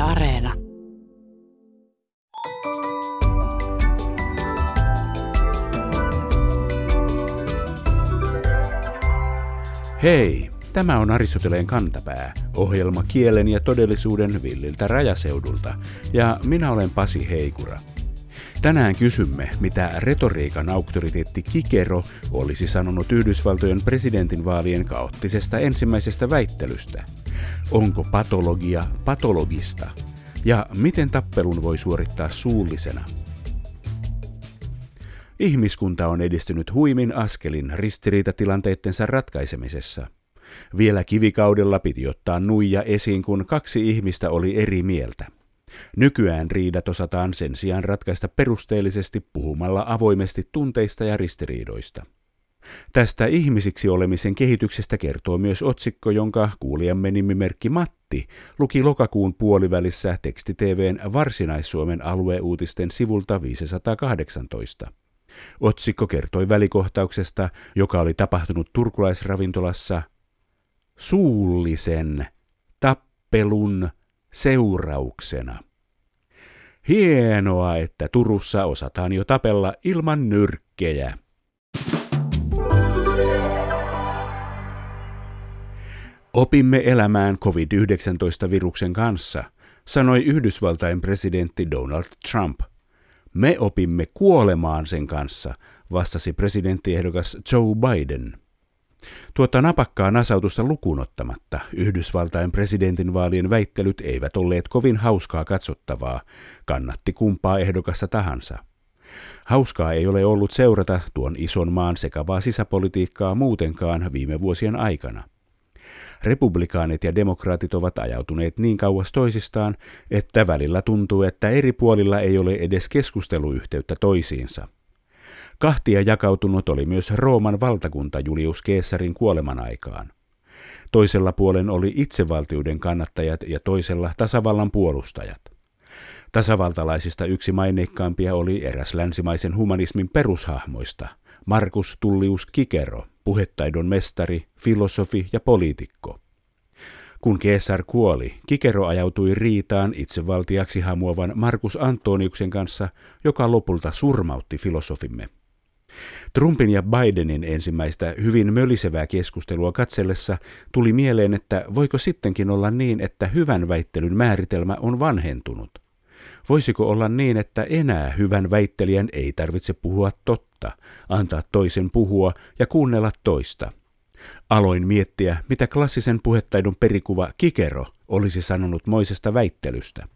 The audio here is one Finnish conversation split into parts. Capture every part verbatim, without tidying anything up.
Areena. Hei, tämä on Aristoteleen kantapää, ohjelma kielen ja todellisuuden villiltä rajaseudulta, ja minä olen Pasi Heikura. Tänään kysymme, mitä retoriikan auktoriteetti Cicero olisi sanonut Yhdysvaltojen presidentinvaalien kaoottisesta ensimmäisestä väittelystä. Onko patologia patologista? Ja miten tappelun voi suorittaa suullisena? Ihmiskunta on edistynyt huimin askelin ristiriitatilanteittensa ratkaisemisessa. Vielä kivikaudella piti ottaa nuija esiin, kun kaksi ihmistä oli eri mieltä. Nykyään riidat osataan sen sijaan ratkaista perusteellisesti puhumalla avoimesti tunteista ja ristiriidoista. Tästä ihmisiksi olemisen kehityksestä kertoo myös otsikko, jonka kuulijamme nimimerkki Matti luki lokakuun puolivälissä teksti-tv:n Varsinais-Suomen alueuutisten sivulta viisisataakahdeksantoista. Otsikko kertoi välikohtauksesta, joka oli tapahtunut turkulaisravintolassa suullisen tappelun seurauksena. Hienoa, että Turussa osataan jo tapella ilman nyrkkejä. Opimme elämään covid yhdeksäntoista-viruksen kanssa, sanoi Yhdysvaltain presidentti Donald Trump. Me opimme kuolemaan sen kanssa, vastasi presidenttiehdokas Joe Biden. Tuota napakkaa nasautusta lukuun ottamatta Yhdysvaltain presidentinvaalien väittelyt eivät olleet kovin hauskaa katsottavaa, kannatti kumpaa ehdokasta tahansa. Hauskaa ei ole ollut seurata tuon ison maan sekavaa sisäpolitiikkaa muutenkaan viime vuosien aikana. Republikaanit ja demokraatit ovat ajautuneet niin kauas toisistaan, että välillä tuntuu, että eri puolilla ei ole edes keskusteluyhteyttä toisiinsa. Kahtia jakautunut oli myös Rooman valtakunta Julius Caesarin kuoleman aikaan. Toisella puolen oli itsevaltiuden kannattajat ja toisella tasavallan puolustajat. Tasavaltalaisista yksi maineikkaampia oli eräs länsimaisen humanismin perushahmoista, Marcus Tullius Cicero, puhetaidon mestari, filosofi ja poliitikko. Kun Caesar kuoli, Cicero ajautui riitaan itsevaltiaksi hamuavan Marcus Antoniuksen kanssa, joka lopulta surmautti filosofimme. Trumpin ja Bidenin ensimmäistä hyvin mölisevää keskustelua katsellessa tuli mieleen, että voiko sittenkin olla niin, että hyvän väittelyn määritelmä on vanhentunut. Voisiko olla niin, että enää hyvän väittelijän ei tarvitse puhua totta, antaa toisen puhua ja kuunnella toista? Aloin miettiä, mitä klassisen puhetaidon perikuva Cicero olisi sanonut moisesta väittelystä.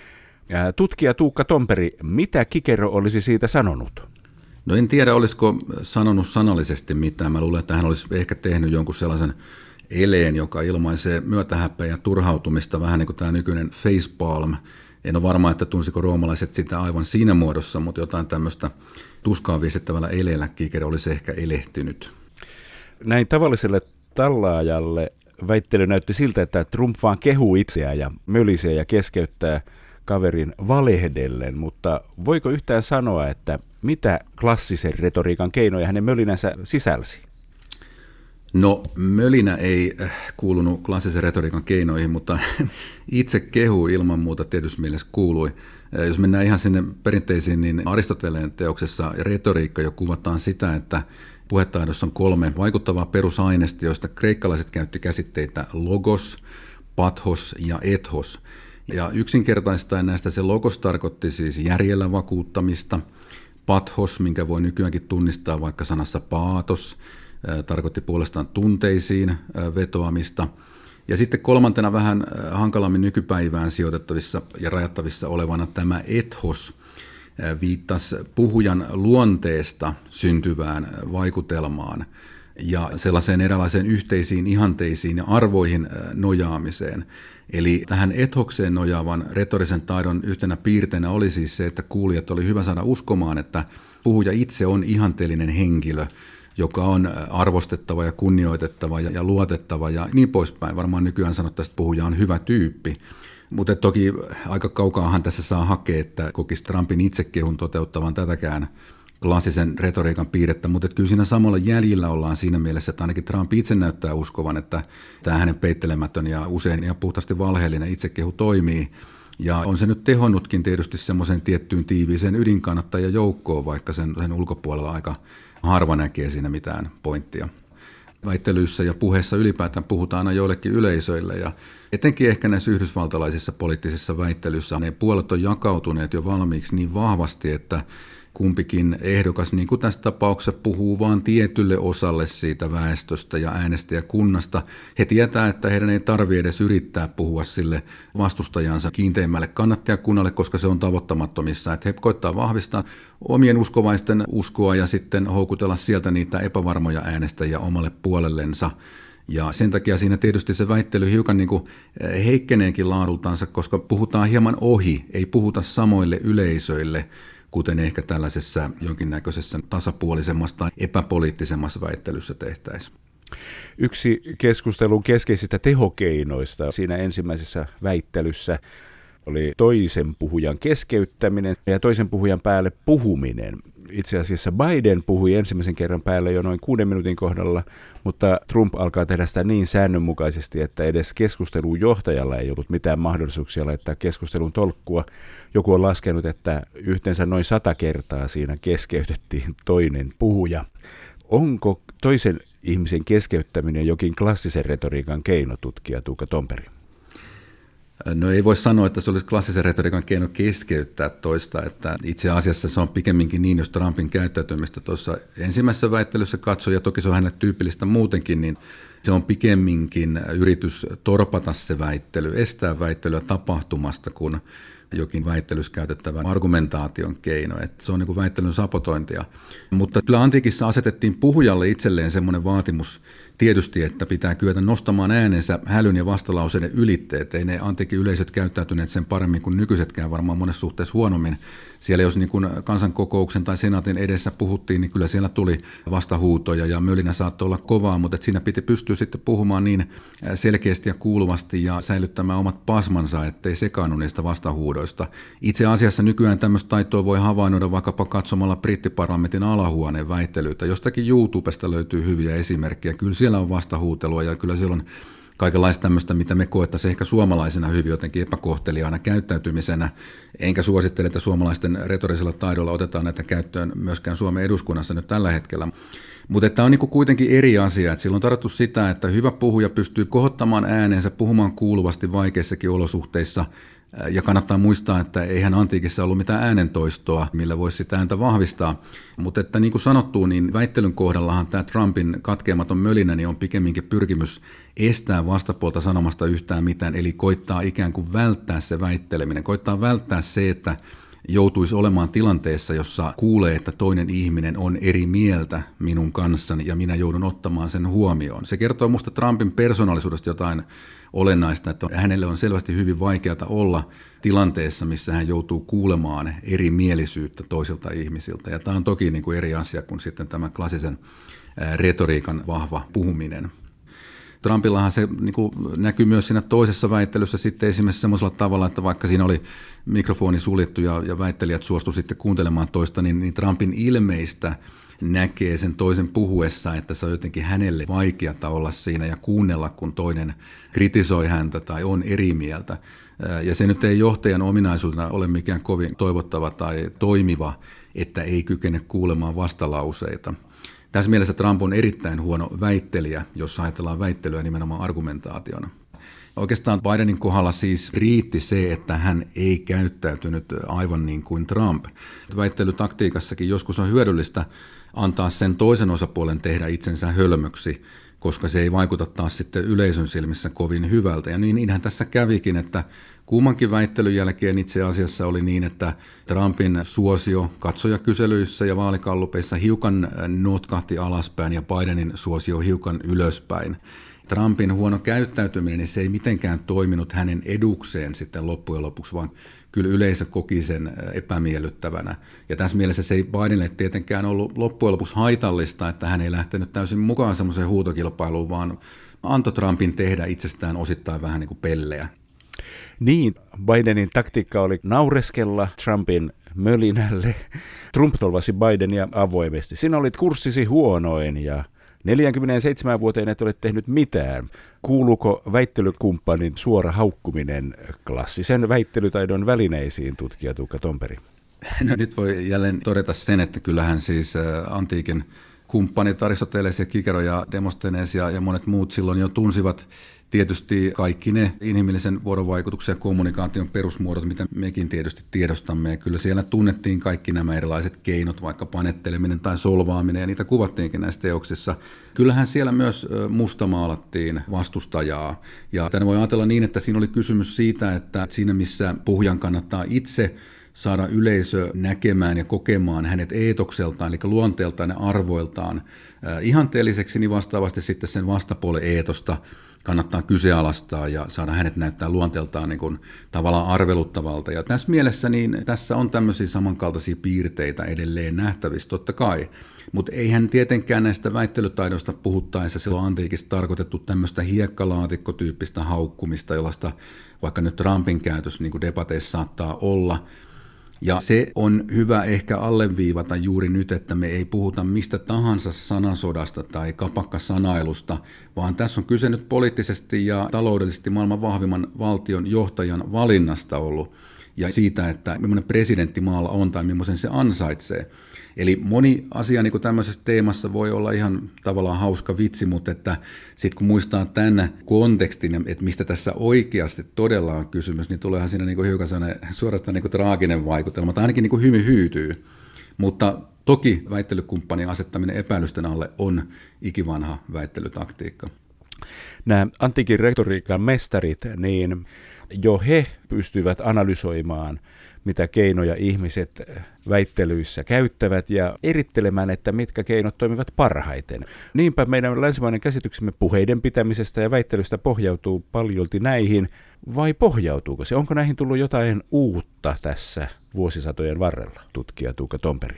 Tutkija Tuukka Tomperi, mitä Cicero olisi siitä sanonut? No en tiedä, olisiko sanonut sanallisesti mitään. Mä luulen, että hän olisi ehkä tehnyt jonkun sellaisen eleen, joka ilmaisee myötähäpeä ja turhautumista, vähän niin kuin tämä nykyinen facepalm. En ole varma, että tunsiko roomalaiset sitä aivan siinä muodossa, mutta jotain tämmöistä tuskaa viestittävällä eleellä Cicero olisi ehkä elehtynyt. Näin tavalliselle tallaajalle väittely näytti siltä, että Trump vaan kehuu itseään ja mölisee ja keskeyttää kaverin valehdellen, mutta voiko yhtään sanoa, että mitä klassisen retoriikan keinoja hänen mölinänsä sisälsi? No mölinä ei kuulunut klassisen retoriikan keinoihin, mutta itse kehu ilman muuta tietysti mielessä kuului. Jos mennään ihan sinne perinteisiin, niin Aristoteleen teoksessa retoriikka jo kuvataan sitä, että puhetaidossa on kolme vaikuttavaa perusainesta, joista kreikkalaiset käytti käsitteitä logos, pathos ja ethos. Ja yksinkertaistaen näistä se logos tarkoitti siis järjellä vakuuttamista, pathos, minkä voi nykyäänkin tunnistaa vaikka sanassa paatos, tarkoitti puolestaan tunteisiin vetoamista. Ja sitten kolmantena vähän hankalammin nykypäivään sijoitettavissa ja rajattavissa olevana tämä ethos viittasi puhujan luonteesta syntyvään vaikutelmaan ja sellaiseen erilaiseen yhteisiin ihanteisiin ja arvoihin nojaamiseen. Eli tähän ethokseen nojaavan retorisen taidon yhtenä piirteinä oli siis se, että kuulijat oli hyvä saada uskomaan, että puhuja itse on ihanteellinen henkilö, joka on arvostettava ja kunnioitettava ja, ja luotettava ja niin poispäin. Varmaan nykyään sanottaisiin, että puhuja on hyvä tyyppi. Mutta toki aika kaukaahan tässä saa hakea, että kokisi Trumpin itsekehun toteuttavan tätäkään klassisen retoriikan piirrettä, mutta kyllä siinä samalla jäljillä ollaan siinä mielessä, että ainakin Trump itse näyttää uskovan, että tämä hänen peittelemätön ja usein ja puhtaasti valheellinen itsekehu toimii. Ja on se nyt tehonnutkin tietysti semmoisen tiettyyn tiiviiseen ydinkannattajajoukkoon, vaikka sen, sen ulkopuolella aika harva näkee siinä mitään pointtia. Väittelyissä ja puheessa ylipäätään puhutaan aina joillekin yleisöille ja etenkin ehkä näissä yhdysvaltalaisissa poliittisissa väittelyissä ne puolet on jakautuneet jo valmiiksi niin vahvasti, että kumpikin ehdokas, niin kuin tässä tapauksessa, puhuu vain tietylle osalle siitä väestöstä ja äänestäjäkunnasta. He tietää, että heidän ei tarvitse edes yrittää puhua sille vastustajansa kiinteimmälle kannattajakunnalle, koska se on tavoittamattomissa. Että he koittaa vahvistaa omien uskovaisten uskoa ja sitten houkutella sieltä niitä epävarmoja äänestäjiä omalle puolellensa. Ja sen takia siinä tietysti se väittely hiukan niin kuin heikkeneekin laadultaansa, koska puhutaan hieman ohi, ei puhuta samoille yleisöille, kuten ehkä tällaisessa jonkinnäköisessä tasapuolisemmassa tai epäpoliittisemmassa väittelyssä tehtäisiin. Yksi keskustelun keskeisistä tehokeinoista siinä ensimmäisessä väittelyssä oli toisen puhujan keskeyttäminen ja toisen puhujan päälle puhuminen. Itse asiassa Biden puhui ensimmäisen kerran päälle jo noin kuuden minuutin kohdalla, mutta Trump alkaa tehdä sitä niin säännönmukaisesti, että edes keskustelun johtajalla ei ollut mitään mahdollisuuksia laittaa keskustelun tolkkua. Joku on laskenut, että yhteensä noin sata kertaa siinä keskeytettiin toinen puhuja. Onko toisen ihmisen keskeyttäminen jokin klassisen retoriikan keino, tutkija Tuukka Tomperi? No ei voi sanoa, että se olisi klassisen retoriikan keino keskeyttää toista, että itse asiassa se on pikemminkin niin, jos Trumpin käyttäytymistä tuossa ensimmäisessä väittelyssä katsoi, ja toki se on hänelle tyypillistä muutenkin, niin se on pikemminkin yritys torpata se väittely, estää väittelyä tapahtumasta, kun jokin väittelyssä käytettävän argumentaation keino, että se on niin kuin väittelyn sabotointia. Mutta kyllä antiikissa asetettiin puhujalle itselleen semmoinen vaatimus tietysti, että pitää kyetä nostamaan äänensä hälyn ja vastalauseiden ylitteet. Ei ne antiikin yleisöt käyttäytyneet sen paremmin kuin nykyisetkään, varmaan monessa suhteessa huonommin. Siellä jos niin kuin kansankokouksen tai senaatin edessä puhuttiin, niin kyllä siellä tuli vastahuutoja ja mölinä saattoi olla kovaa, mutta siinä piti pystyä sitten puhumaan niin selkeästi ja kuuluvasti ja säilyttämään omat pasmansa, ettei sekaannu niistä vastahuudoista. Itse asiassa nykyään tämmöistä taitoa voi havainnoida vaikkapa katsomalla brittiparlamentin alahuoneen väittelyitä. Jostakin YouTubesta löytyy hyviä esimerkkejä. Kyllä siellä on vastahuutelua ja kyllä siellä on kaikenlaista tämmöistä, mitä me koettaisiin ehkä suomalaisena hyvin jotenkin epäkohteliaana käyttäytymisenä. Enkä suosittele, että suomalaisten retorisella taidolla otetaan näitä käyttöön myöskään Suomen eduskunnassa nyt tällä hetkellä. Mutta tämä on niinku kuitenkin eri asia, että silloin on tarkoitus sitä, että hyvä puhuja pystyy kohottamaan äänensä, puhumaan kuuluvasti vaikeissakin olosuhteissa. Ja kannattaa muistaa, että eihän antiikissa ollut mitään äänentoistoa, millä voisi sitä ääntä vahvistaa. Mutta että niin kuin sanottu, niin väittelyn kohdallahan tämä Trumpin katkeamaton mölinä niin on pikemminkin pyrkimys estää vastapuolta sanomasta yhtään mitään, eli koittaa ikään kuin välttää se väitteleminen, koittaa välttää se, että joutuisi olemaan tilanteessa, jossa kuulee, että toinen ihminen on eri mieltä minun kanssani ja minä joudun ottamaan sen huomioon. Se kertoo musta Trumpin persoonallisuudesta jotain olennaista, että hänelle on selvästi hyvin vaikeata olla tilanteessa, missä hän joutuu kuulemaan erimielisyyttä toisilta ihmisiltä. Ja tämä on toki niin kuin eri asia kuin sitten tämä klassisen retoriikan vahva puhuminen. Trumpillahan se niin kuin näkyy myös siinä toisessa väittelyssä sitten esimerkiksi semmoisella tavalla, että vaikka siinä oli mikrofoni suljettu ja, ja väittelijät suostu sitten kuuntelemaan toista, niin, niin Trumpin ilmeistä näkee sen toisen puhuessa, että se on jotenkin hänelle vaikeata olla siinä ja kuunnella, kun toinen kritisoi häntä tai on eri mieltä. Ja se nyt ei johtajan ominaisuutena ole mikään kovin toivottava tai toimiva, että ei kykene kuulemaan vastalauseita. Tässä mielessä Trump on erittäin huono väittelijä, jos ajatellaan väittelyä nimenomaan argumentaationa. Oikeastaan Bidenin kohdalla siis riitti se, että hän ei käyttäytynyt aivan niin kuin Trump. Väittelytaktiikassakin joskus on hyödyllistä antaa sen toisen osapuolen tehdä itsensä hölmöksi, koska se ei vaikuta taas sitten yleisön silmissä kovin hyvältä. Ja niin niinhän tässä kävikin, että kummankin väittelyn jälkeen itse asiassa oli niin, että Trumpin suosio katsojakyselyissä ja vaalikallupeissa hiukan notkahti alaspäin ja Bidenin suosio hiukan ylöspäin. Trumpin huono käyttäytyminen, niin se ei mitenkään toiminut hänen edukseen sitten loppujen lopuksi, vaan kyllä yleisö koki sen epämiellyttävänä. Ja tässä mielessä se ei Bidenille tietenkään ollut loppujen lopuksi haitallista, että hän ei lähtenyt täysin mukaan semmoiseen huutokilpailuun, vaan antoi Trumpin tehdä itsestään osittain vähän niin kuin pellejä. Niin, Bidenin taktiikka oli naureskella Trumpin mölinälle. Trump tolvasi Bidenia avoimesti. Sinä olit kurssisi huonoin ja neljäkymmentäseitsemän vuoteen et ole tehnyt mitään. Kuuluuko väittelykumppanin suora haukkuminen klassisen väittelytaidon välineisiin, tutkija Tuukka Tomperi? No, nyt voi jälleen todeta sen, että kyllähän siis antiikin kumppanit Aristoteles ja Kikero ja Demosthenes ja, ja monet muut silloin jo tunsivat tietysti kaikki ne inhimillisen vuorovaikutuksen ja kommunikaation perusmuodot, mitä mekin tietysti tiedostamme. Ja kyllä siellä tunnettiin kaikki nämä erilaiset keinot, vaikka panetteleminen tai solvaaminen, ja niitä kuvattiinkin näissä teoksissa. Kyllähän siellä myös mustamaalattiin vastustajaa. Ja tänne voi ajatella niin, että siinä oli kysymys siitä, että siinä missä puhujan kannattaa itse saada yleisö näkemään ja kokemaan hänet eetokseltaan, eli luonteeltaan ja arvoiltaan ihanteelliseksi, niin vastaavasti sitten sen vastapuolen eetosta kannattaa kyseenalaistaa ja saada hänet näyttää luonteeltaan niin kuin tavallaan arveluttavalta. Ja tässä mielessä niin tässä on tämmöisiä samankaltaisia piirteitä edelleen nähtävissä, totta kai. Mutta eihän tietenkään näistä väittelytaidoista puhuttaessa silloin antiikista tarkoitettu tämmöistä hiekkalaatikkotyyppistä haukkumista, jollaista vaikka nyt Trumpin käytös niin kuin debateissa saattaa olla. Ja se on hyvä ehkä alleviivata juuri nyt, että me ei puhuta mistä tahansa sanasodasta tai kapakkasanailusta, vaan tässä on kyse nyt poliittisesti ja taloudellisesti maailman vahvimman valtion johtajan valinnasta ollut ja siitä, että millainen presidentti maalla on tai millaisen se ansaitsee. Eli moni asia niin kuin tämmöisessä teemassa voi olla ihan tavallaan hauska vitsi, mutta että sitten kun muistaa tämän kontekstin, että mistä tässä oikeasti todella on kysymys, niin tuleehan siinä niin kuin hiukan suorastaan niin kuin traaginen vaikutelma, tai ainakin niin kuin hymy hyytyy. Mutta toki väittelykumppanin asettaminen epäilysten alle on ikivanha väittelytaktiikka. Nämä antiikin retoriikan mestarit, niin jo he pystyivät analysoimaan, mitä keinoja ihmiset väittelyissä käyttävät ja erittelemään, että mitkä keinot toimivat parhaiten. Niinpä meidän länsimainen käsityksemme puheiden pitämisestä ja väittelystä pohjautuu paljolti näihin, vai pohjautuuko se? Onko näihin tullut jotain uutta tässä vuosisatojen varrella, tutkija Tuukka Tomperi?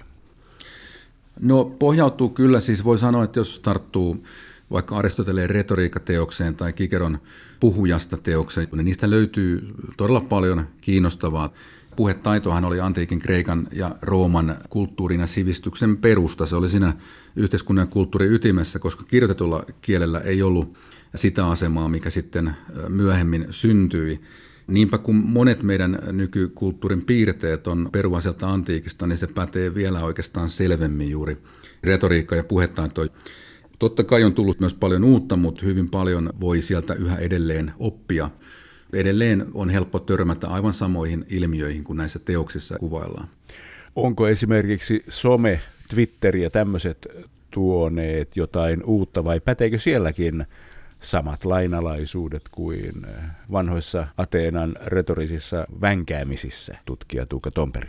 No pohjautuu kyllä, siis voi sanoa, että jos tarttuu vaikka Aristoteleen retoriikkateokseen tai Kikeron puhujasta teokseen, niin niistä löytyy todella paljon kiinnostavaa. Puhetaitohan oli antiikin Kreikan ja Rooman kulttuurin ja sivistyksen perusta. Se oli siinä yhteiskunnan ja kulttuurin ytimessä, koska kirjoitetulla kielellä ei ollut sitä asemaa, mikä sitten myöhemmin syntyi. Niinpä kun monet meidän nykykulttuurin piirteet on peruasialta antiikista, niin se pätee vielä oikeastaan selvemmin juuri retoriikka- ja puhetaitoa. Totta kai on tullut myös paljon uutta, mutta hyvin paljon voi sieltä yhä edelleen oppia. Edelleen on helppo törmätä aivan samoihin ilmiöihin kuin näissä teoksissa kuvaillaan. Onko esimerkiksi some, Twitter ja tämmöiset tuoneet jotain uutta vai päteekö sielläkin samat lainalaisuudet kuin vanhoissa Ateenan retorisissa vänkäämisissä, tutkija Tuukka Tomperi?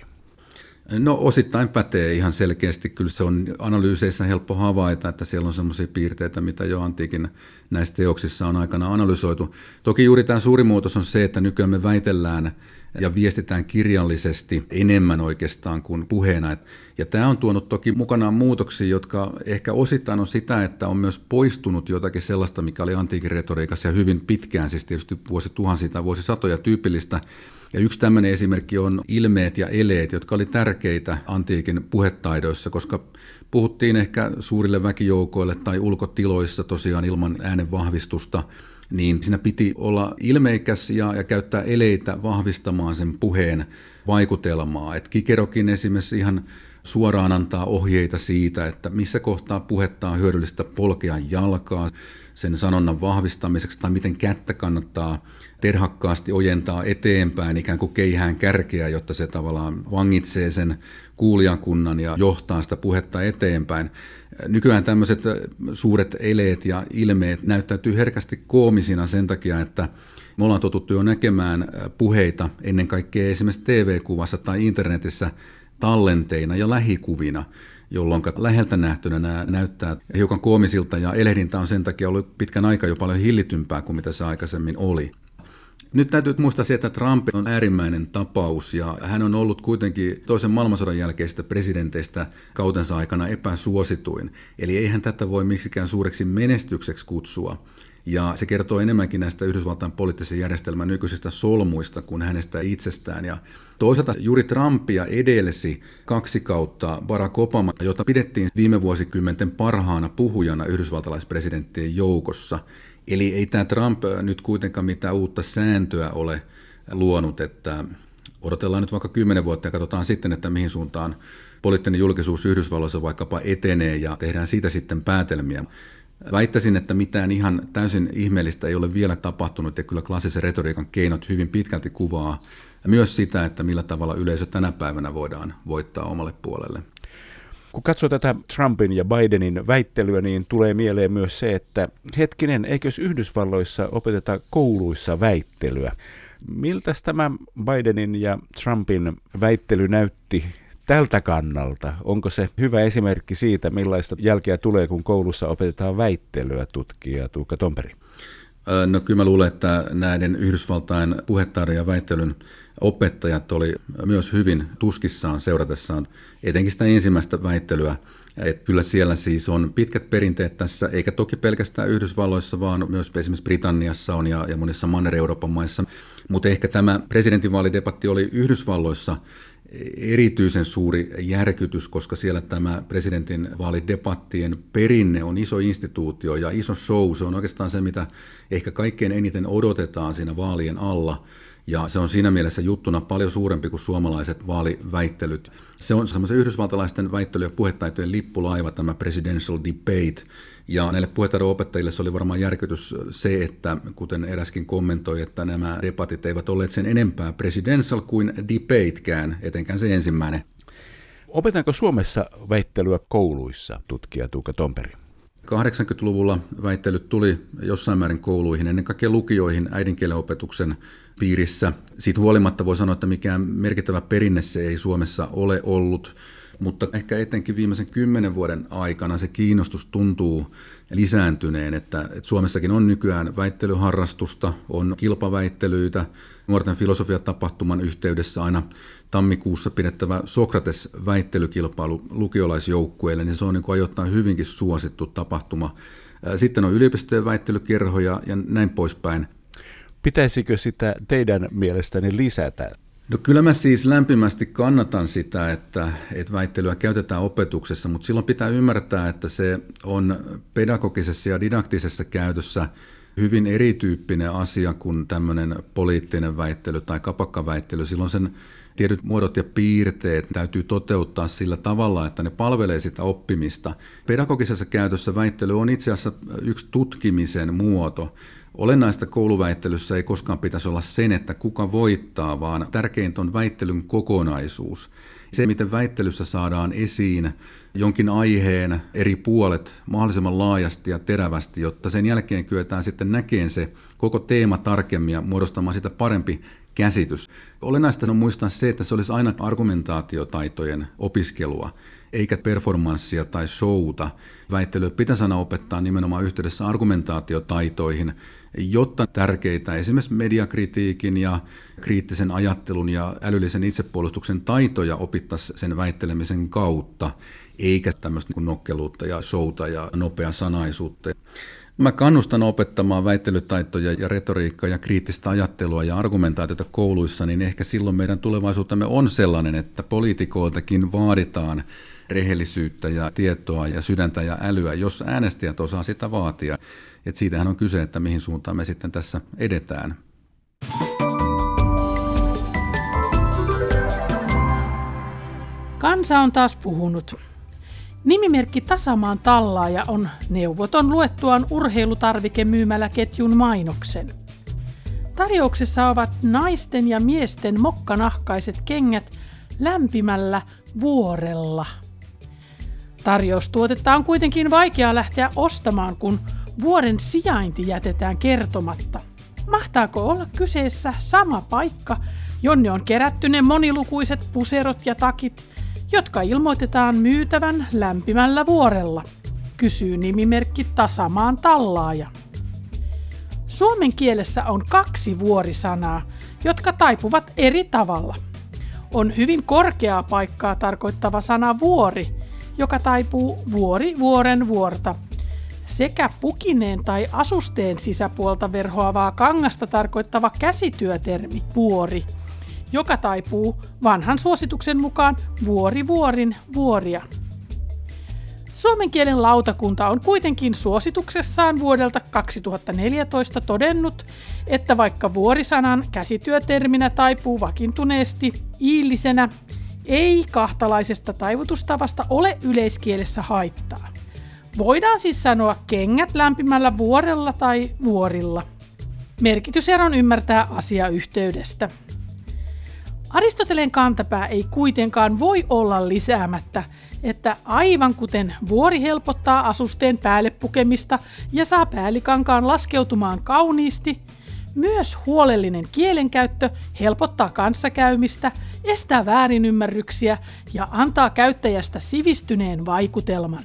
No osittain pätee ihan selkeästi. Kyllä se on analyyseissä helppo havaita, että siellä on sellaisia piirteitä, mitä jo antiikin näissä teoksissa on aikana analysoitu. Toki juuri tämä suuri muutos on se, että nykyään me väitellään ja viestitään kirjallisesti enemmän oikeastaan kuin puheena. Ja tämä on tuonut toki mukanaan muutoksia, jotka ehkä osittain on sitä, että on myös poistunut jotakin sellaista, mikä oli antiikin retoriikassa ja hyvin pitkään, siis tietysti vuosituhansia tai vuosisatoja tyypillistä. Ja yksi tämmöinen esimerkki on ilmeet ja eleet, jotka oli tärkeitä antiikin puhetaidoissa, koska puhuttiin ehkä suurille väkijoukoille tai ulkotiloissa tosiaan ilman äänen vahvistusta, niin siinä piti olla ilmeikäs ja, ja käyttää eleitä vahvistamaan sen puheen vaikutelmaa. Et Kikerokin esimerkiksi ihan suoraan antaa ohjeita siitä, että missä kohtaa puhetta on hyödyllistä polkea jalkaa sen sanonnan vahvistamiseksi tai miten kättä kannattaa terhakkaasti ojentaa eteenpäin ikään kuin keihään kärkeä, jotta se tavallaan vangitsee sen kuulijakunnan ja johtaa sitä puhetta eteenpäin. Nykyään tämmöiset suuret eleet ja ilmeet näyttäytyy herkästi koomisina sen takia, että me ollaan totuttu jo näkemään puheita ennen kaikkea esimerkiksi T V-kuvassa tai internetissä tallenteina ja lähikuvina, jolloin läheltä nähtynä nämä näyttää hiukan koomisilta ja elehdintä on sen takia ollut pitkän aikaa jo paljon hillitympää kuin mitä se aikaisemmin oli. Nyt täytyy muistaa se, että Trump on äärimmäinen tapaus ja hän on ollut kuitenkin toisen maailmansodan jälkeistä presidenteistä kautensa aikana epäsuosituin. Eli eihän tätä voi miksikään suureksi menestykseksi kutsua. Ja se kertoo enemmänkin näistä Yhdysvaltain poliittisen järjestelmän nykyisistä solmuista kuin hänestä itsestään. Ja toisaalta juuri Trumpia edelsi kaksi kautta Barack Obama, jota pidettiin viime vuosikymmenten parhaana puhujana yhdysvaltalaispresidenttien joukossa. Eli ei tämä Trump nyt kuitenkaan mitään uutta sääntöä ole luonut, että odotellaan nyt vaikka kymmenen vuotta ja katsotaan sitten, että mihin suuntaan poliittinen julkisuus Yhdysvalloissa vaikkapa etenee ja tehdään siitä sitten päätelmiä. Väittäisin, että mitään ihan täysin ihmeellistä ei ole vielä tapahtunut ja kyllä klassisen retoriikan keinot hyvin pitkälti kuvaa myös sitä, että millä tavalla yleisö tänä päivänä voidaan voittaa omalle puolelle. Kun katsoo tätä Trumpin ja Bidenin väittelyä, niin tulee mieleen myös se, että hetkinen, eikös Yhdysvalloissa opeteta kouluissa väittelyä? Miltäs tämä Bidenin ja Trumpin väittely näytti tältä kannalta? Onko se hyvä esimerkki siitä, millaista jälkeä tulee, kun koulussa opetetaan väittelyä, tutkija Tuukka Tomperi? No kyllä mä luulen, että näiden Yhdysvaltain puhetaidon ja väittelyn opettajat oli myös hyvin tuskissaan seuratessaan etenkin sitä ensimmäistä väittelyä. Että kyllä siellä siis on pitkät perinteet tässä, eikä toki pelkästään Yhdysvalloissa, vaan myös esimerkiksi Britanniassa on ja, ja monissa Manner-Euroopan maissa. Mutta ehkä tämä presidentinvaalidebatti oli Yhdysvalloissa erityisen suuri järkytys, koska siellä tämä presidentinvaalidebattien perinne on iso instituutio ja iso show. Se on oikeastaan se, mitä ehkä kaikkein eniten odotetaan siinä vaalien alla. Ja se on siinä mielessä juttuna paljon suurempi kuin suomalaiset vaaliväittelyt. Se on semmoisen yhdysvaltalaisten väittely- ja puhetaitojen lippulaiva, tämä presidential debate. Ja näille puhetaidon opettajille se oli varmaan järkytys se, että kuten eräskin kommentoi, että nämä debatit eivät olleet sen enempää presidential kuin debatekään, etenkään se ensimmäinen. Opetanko Suomessa väittelyä kouluissa, tutkija Tuukka Tomperi? kahdeksankymmentäluvulla väittelyt tuli jossain määrin kouluihin, ennen kaikkea lukioihin äidinkielen opetuksen piirissä. Siitä huolimatta voi sanoa, että mikään merkittävä perinne se ei Suomessa ole ollut, mutta ehkä etenkin viimeisen kymmenen vuoden aikana se kiinnostus tuntuu lisääntyneen, että, että Suomessakin on nykyään väittelyharrastusta, on kilpaväittelyitä, nuorten filosofiatapahtuman yhteydessä aina tammikuussa pidettävä Sokrates-väittelykilpailu lukiolaisjoukkueille, niin se on niin kuin ajoittain hyvinkin suosittu tapahtuma. Sitten on yliopistojen väittelykerhoja ja näin poispäin. Pitäisikö sitä teidän mielestäni lisätä? No kyllä mä siis lämpimästi kannatan sitä, että, että väittelyä käytetään opetuksessa, mutta silloin pitää ymmärtää, että se on pedagogisessa ja didaktisessa käytössä hyvin erityyppinen asia kuin tämmöinen poliittinen väittely tai kapakkaväittely. Silloin sen tietyt muodot ja piirteet täytyy toteuttaa sillä tavalla, että ne palvelee sitä oppimista. Pedagogisessa käytössä väittely on itse asiassa yksi tutkimisen muoto. Olennaista kouluväittelyssä ei koskaan pitäisi olla sen, että kuka voittaa, vaan tärkeintä on väittelyn kokonaisuus. Se, miten väittelyssä saadaan esiin jonkin aiheen eri puolet mahdollisimman laajasti ja terävästi, jotta sen jälkeen kyetään sitten näkemään se koko teema tarkemmin ja muodostamaan sitä parempi käsitys. Olennaista on muistaa se, että se olisi aina argumentaatiotaitojen opiskelua, eikä performanssia tai showta. Väittelyä pitäisi aina opettaa nimenomaan yhteydessä argumentaatiotaitoihin, jotta tärkeitä esimerkiksi mediakritiikin ja kriittisen ajattelun ja älyllisen itsepuolustuksen taitoja opittaisiin sen väittelemisen kautta, eikä tämmöistä nokkeluutta ja showta ja nopea sanaisuutta. Mä kannustan opettamaan väittelytaitoja ja retoriikkaa ja kriittistä ajattelua ja argumentaatiota kouluissa, niin ehkä silloin meidän tulevaisuutemme on sellainen, että poliitikoiltakin vaaditaan rehellisyyttä ja tietoa ja sydäntä ja älyä, jos äänestäjät osaa sitä vaatia. Et siitähän on kyse, että mihin suuntaan me sitten tässä edetään. Kansa on taas puhunut. Nimimerkki Tasamaan tallaaja on neuvoton luettuaan urheilutarvikemyymäläketjun mainoksen. Tarjouksessa ovat naisten ja miesten mokkanahkaiset kengät lämpimällä vuorella. Tarjoustuotetta on kuitenkin vaikea lähteä ostamaan, kun vuoren sijainti jätetään kertomatta. Mahtaako olla kyseessä sama paikka, jonne on kerätty ne monilukuiset puserot ja takit, jotka ilmoitetaan myytävän lämpimällä vuorella, kysyy nimimerkki Tasamaan tallaaja. Suomen kielessä on kaksi vuorisanaa, jotka taipuvat eri tavalla. On hyvin korkeaa paikkaa tarkoittava sana vuori, joka taipuu vuori vuoren vuorta, sekä pukineen tai asusteen sisäpuolta verhoavaa kangasta tarkoittava käsityötermi vuori, joka taipuu vanhan suosituksen mukaan vuori vuorin vuoria. Suomen kielen lautakunta on kuitenkin suosituksessaan vuodelta kaksituhattaneljätoista todennut, että vaikka vuorisanan käsityöterminä taipuu vakiintuneesti iillisenä, ei kahtalaisesta taivutustavasta ole yleiskielessä haittaa. Voidaan siis sanoa kengät lämpimällä vuorella tai vuorilla. Merkityseron ymmärtää asiayhteydestä. Aristoteleen kantapää ei kuitenkaan voi olla lisäämättä, että aivan kuten vuori helpottaa asusteen päälle pukemista ja saa päällikankaan laskeutumaan kauniisti, myös huolellinen kielenkäyttö helpottaa kanssakäymistä, estää väärinymmärryksiä ja antaa käyttäjästä sivistyneen vaikutelman.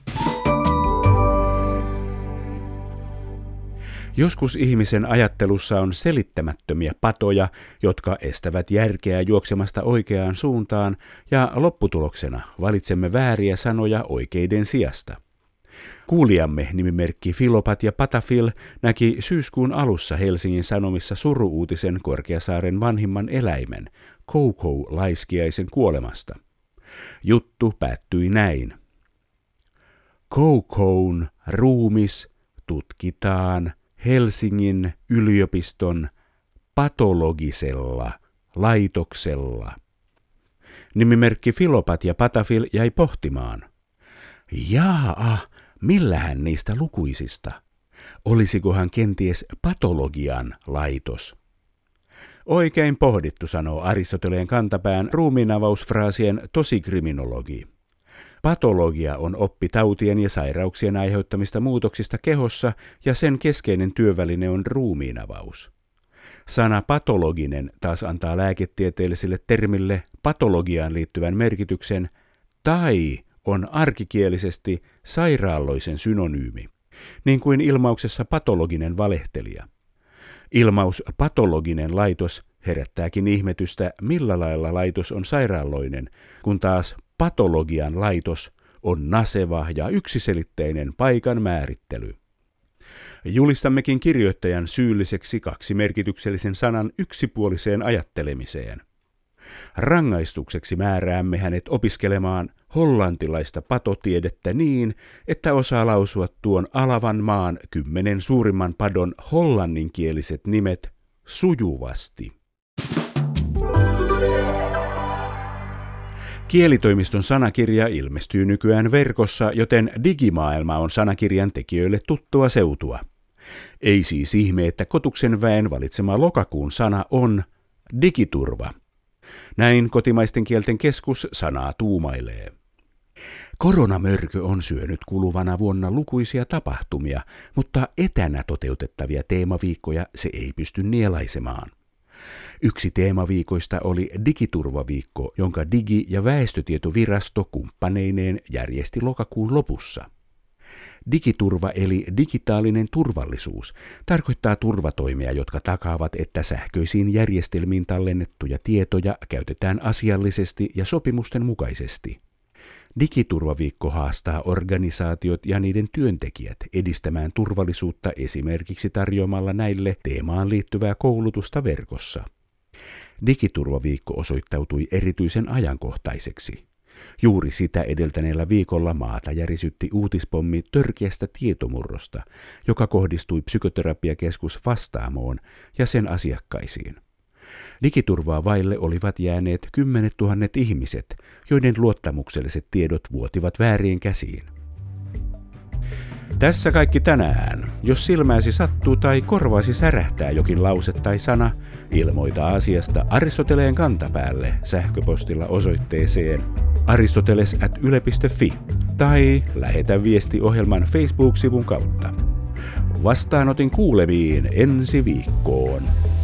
Joskus ihmisen ajattelussa on selittämättömiä patoja, jotka estävät järkeä juoksemasta oikeaan suuntaan, ja lopputuloksena valitsemme vääriä sanoja oikeiden sijasta. Kuulijamme nimimerkki Filopat ja Patafil näki syyskuun alussa Helsingin Sanomissa suru-uutisen Korkeasaaren vanhimman eläimen, Koukou-laiskiaisen kuolemasta. Juttu päättyi näin. Koukoun ruumis tutkitaan Helsingin yliopiston patologisella laitoksella. Nimimerkki Filopat ja Patafil jäi pohtimaan. Jaa, millähän niistä lukuisista? Olisikohan kenties patologian laitos? Oikein pohdittu, sanoo Aristoteleen kantapään ruumiinavausfraasien tosikriminologi. Patologia on oppi tautien ja sairauksien aiheuttamista muutoksista kehossa, ja sen keskeinen työväline on ruumiinavaus. Sana patologinen taas antaa lääketieteelliselle termille patologiaan liittyvän merkityksen, tai on arkikielisesti sairaalloisen synonyymi, niin kuin ilmauksessa patologinen valehtelija. Ilmaus patologinen laitos herättääkin ihmetystä, millä lailla laitos on sairaalloinen, kun taas patologian laitos on naseva ja yksiselitteinen paikan määrittely. Julistammekin kirjoittajan syylliseksi kaksimerkityksellisen sanan yksipuoliseen ajattelemiseen. Rangaistukseksi määräämme hänet opiskelemaan hollantilaista patotiedettä niin, että osaa lausua tuon alavan maan kymmenen suurimman padon hollanninkieliset nimet sujuvasti. Kielitoimiston sanakirja ilmestyy nykyään verkossa, joten digimaailma on sanakirjan tekijöille tuttua seutua. Ei siis ihme, että Kotuksen väen valitsema lokakuun sana on digiturva. Näin kotimaisten kielten keskus sanaa tuumailee. Koronamörkö on syönyt kuluvana vuonna lukuisia tapahtumia, mutta etänä toteutettavia teemaviikkoja se ei pysty nielaisemaan. Yksi teemaviikoista oli digiturvaviikko, jonka Digi- ja väestötietovirasto kumppaneineen järjesti lokakuun lopussa. Digiturva eli digitaalinen turvallisuus tarkoittaa turvatoimia, jotka takaavat, että sähköisiin järjestelmiin tallennettuja tietoja käytetään asiallisesti ja sopimusten mukaisesti. Digiturvaviikko haastaa organisaatiot ja niiden työntekijät edistämään turvallisuutta esimerkiksi tarjoamalla näille teemaan liittyvää koulutusta verkossa. Digiturvaviikko osoittautui erityisen ajankohtaiseksi. Juuri sitä edeltäneellä viikolla maata järisytti uutispommi törkeästä tietomurrosta, joka kohdistui Psykoterapiakeskus Vastaamoon ja sen asiakkaisiin. Digiturvaa vaille olivat jääneet kymmenet tuhannet ihmiset, joiden luottamukselliset tiedot vuotivat vääriin käsiin. Tässä kaikki tänään. Jos silmääsi sattuu tai korvaasi särähtää jokin lause tai sana, ilmoita asiasta Aristoteleen kantapäälle sähköpostilla osoitteeseen aristoteles at yle piste fi tai lähetä viesti ohjelman Facebook-sivun kautta. Vastaanotin kuulemiin ensi viikkoon.